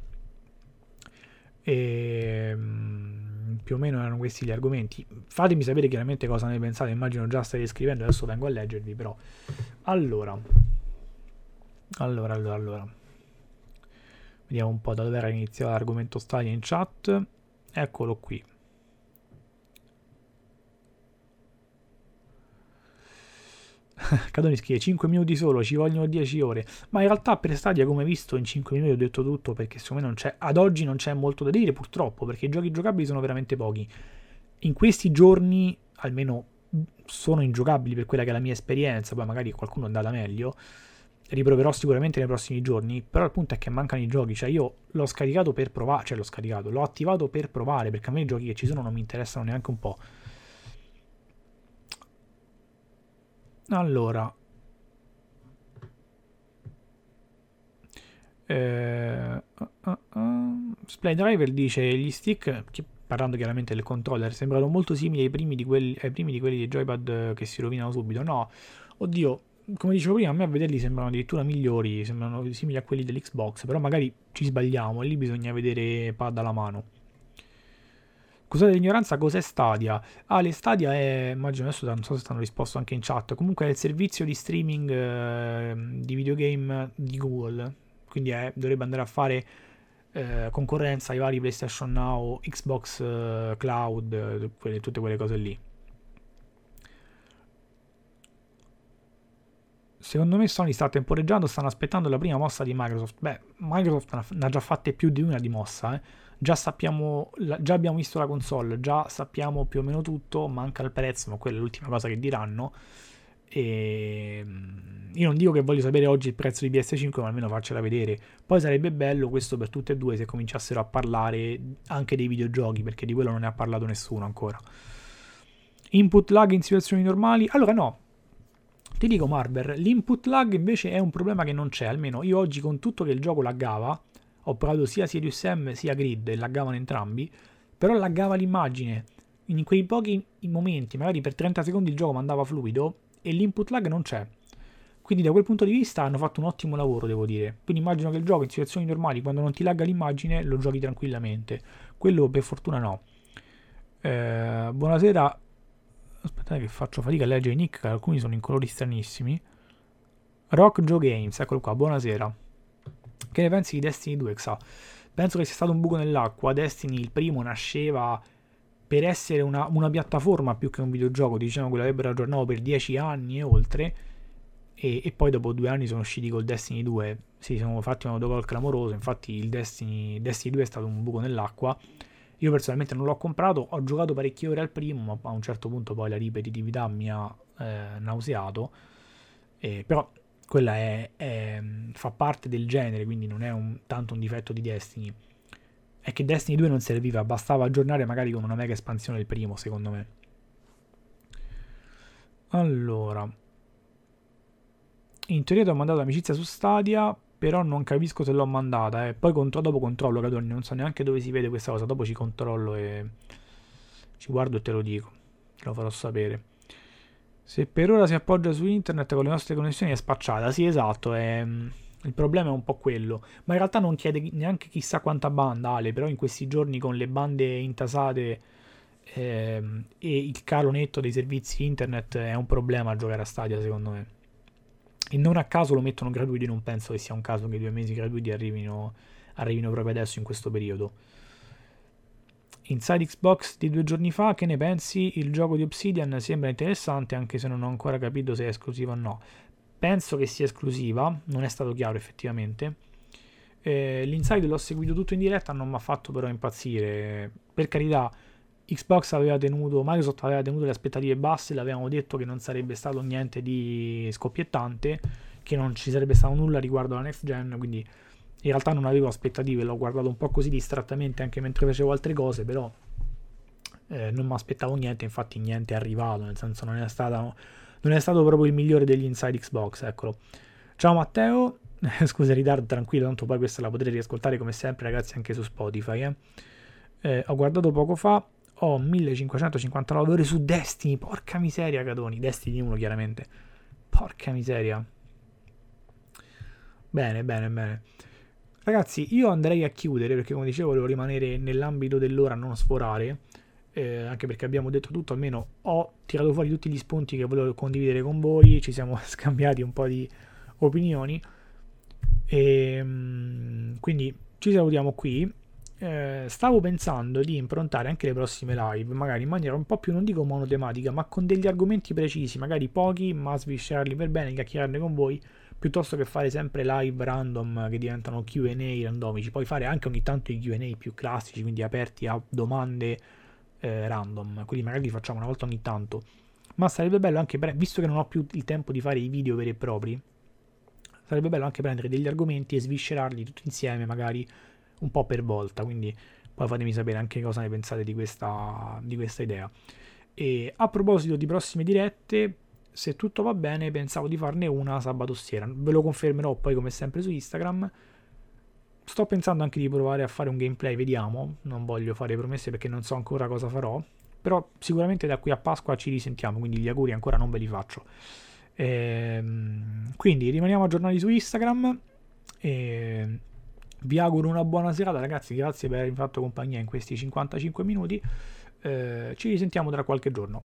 più o meno erano questi gli argomenti. Fatemi sapere chiaramente cosa ne pensate, immagino già state scrivendo, adesso vengo a leggervi, però allora vediamo un po' da dove era iniziato l'argomento Stadia in chat. Eccolo qui. Cadoni scrive 5 minuti solo, ci vogliono 10 ore. Ma in realtà per Stadia, come visto, in 5 minuti ho detto tutto, perché secondo me non c'è, ad oggi non c'è molto da dire, purtroppo, perché i giochi giocabili sono veramente pochi. In questi giorni, almeno sono ingiocabili per quella che è la mia esperienza, poi magari qualcuno è andata meglio, riproverò sicuramente nei prossimi giorni, però il punto è che mancano i giochi, cioè io l'ho scaricato per provare, cioè l'ho attivato per provare, perché a me i giochi che ci sono non mi interessano neanche un po'. Allora, Splay Driver dice gli stick, parlando chiaramente del controller, sembrano molto simili ai primi di quelli dei joypad che si rovinano subito. No, oddio, come dicevo prima, a me a vederli sembrano addirittura migliori, sembrano simili a quelli dell'Xbox, però magari ci sbagliamo e lì bisogna vedere pad alla mano. Scusate l'ignoranza, cos'è Stadia? Ah, le Stadia è, immagino adesso non so se stanno risposto anche in chat, comunque è il servizio di streaming di videogame di Google, quindi dovrebbe andare a fare concorrenza ai vari PlayStation Now, Xbox Cloud, tutte quelle cose lì. Secondo me Sony sta temporeggiando, stanno aspettando la prima mossa di Microsoft. Beh, Microsoft ne ha già fatte più di una di mossa, Già sappiamo, già abbiamo visto la console, già sappiamo più o meno tutto, manca il prezzo, ma quella è l'ultima cosa che diranno. E io non dico che voglio sapere oggi il prezzo di PS5, ma almeno farcela vedere. Poi sarebbe bello questo per tutte e due se cominciassero a parlare anche dei videogiochi, perché di quello non ne ha parlato nessuno ancora. Input lag in situazioni normali? Allora no, ti dico Marber, l'input lag invece è un problema che non c'è, almeno io oggi con tutto che il gioco laggava, ho provato sia Sirius M sia Grid e laggavano entrambi, però laggava l'immagine. In quei pochi momenti, magari per 30 secondi il gioco mandava fluido e l'input lag non c'è. Quindi da quel punto di vista hanno fatto un ottimo lavoro, devo dire. Quindi immagino che il gioco in situazioni normali, quando non ti lagga l'immagine, lo giochi tranquillamente. Quello per fortuna no. Buonasera. Aspettate che faccio fatica a leggere i nick, che alcuni sono in colori stranissimi. Rock Joe Games, eccolo qua, buonasera. Che ne pensi di Destiny 2, Xa? Penso che sia stato un buco nell'acqua. Destiny, il primo, nasceva per essere una piattaforma più che un videogioco. Diciamo che l'avrebbero aggiornato per 10 anni e oltre. E poi dopo 2 anni sono usciti col Destiny 2. Si sono fatti un autogol clamoroso. Infatti il Destiny 2 è stato un buco nell'acqua. Io personalmente non l'ho comprato, ho giocato parecchie ore al primo, ma a un certo punto poi la ripetitività mi ha nauseato. Però quella fa parte del genere, quindi non è tanto un difetto di Destiny. È che Destiny 2 non serviva, bastava aggiornare magari con una mega espansione il primo, secondo me. Allora, in teoria ti ho mandato amicizia su Stadia, però non capisco se l'ho mandata. Poi dopo controllo, Cadoni, non so neanche dove si vede questa cosa, dopo ci controllo e ci guardo e te lo dico, te lo farò sapere. Se per ora si appoggia su internet con le nostre connessioni è spacciata, sì esatto, il problema è un po' quello, ma in realtà non chiede neanche chissà quanta banda Ale, però in questi giorni con le bande intasate e il calo netto dei servizi internet è un problema giocare a Stadia secondo me. E non a caso lo mettono gratuiti, non penso che sia un caso che i 2 mesi gratuiti arrivino proprio adesso in questo periodo. Inside Xbox di 2 giorni fa, che ne pensi? Il gioco di Obsidian sembra interessante anche se non ho ancora capito se è esclusiva o no. Penso che sia esclusiva, non è stato chiaro effettivamente. L'Inside l'ho seguito tutto in diretta, non mi ha fatto però impazzire. Per carità, Microsoft aveva tenuto le aspettative basse, l'avevamo detto che non sarebbe stato niente di scoppiettante, che non ci sarebbe stato nulla riguardo alla next gen, quindi in realtà non avevo aspettative, l'ho guardato un po' così distrattamente anche mentre facevo altre cose, però non mi aspettavo niente, infatti niente è arrivato, nel senso non è stato proprio il migliore degli Inside Xbox, eccolo. Ciao Matteo, scusa il ritardo, tranquillo, tanto poi questa la potrete riascoltare come sempre ragazzi anche su Spotify. Ho guardato poco fa, ho 1559 ore su Destiny, porca miseria Cadoni, Destiny 1 chiaramente, porca miseria. Bene. Ragazzi, io andrei a chiudere perché come dicevo volevo rimanere nell'ambito dell'ora, non sforare, anche perché abbiamo detto tutto, almeno ho tirato fuori tutti gli spunti che volevo condividere con voi, ci siamo scambiati un po' di opinioni, e quindi ci salutiamo qui. stavo pensando di improntare anche le prossime live, magari in maniera un po' più, non dico monotematica, ma con degli argomenti precisi, magari pochi, ma sviscerarli per bene, chiacchierarne con voi, piuttosto che fare sempre live random che diventano Q&A randomici. Poi fare anche ogni tanto i Q&A più classici, quindi aperti a domande random, quelli magari li facciamo una volta ogni tanto. Ma sarebbe bello anche, visto che non ho più il tempo di fare i video veri e propri, sarebbe bello anche prendere degli argomenti e sviscerarli tutti insieme, magari un po' per volta, quindi poi fatemi sapere anche cosa ne pensate di questa idea. E a proposito di prossime dirette, se tutto va bene, pensavo di farne una sabato sera, ve lo confermerò poi come sempre su Instagram. Sto pensando anche di provare a fare un gameplay, vediamo, non voglio fare promesse perché non so ancora cosa farò, però sicuramente da qui a Pasqua ci risentiamo, quindi gli auguri ancora non ve li faccio. Quindi rimaniamo aggiornati su Instagram e vi auguro una buona serata, ragazzi, grazie per avermi fatto compagnia in questi 55 minuti. Ci risentiamo tra qualche giorno.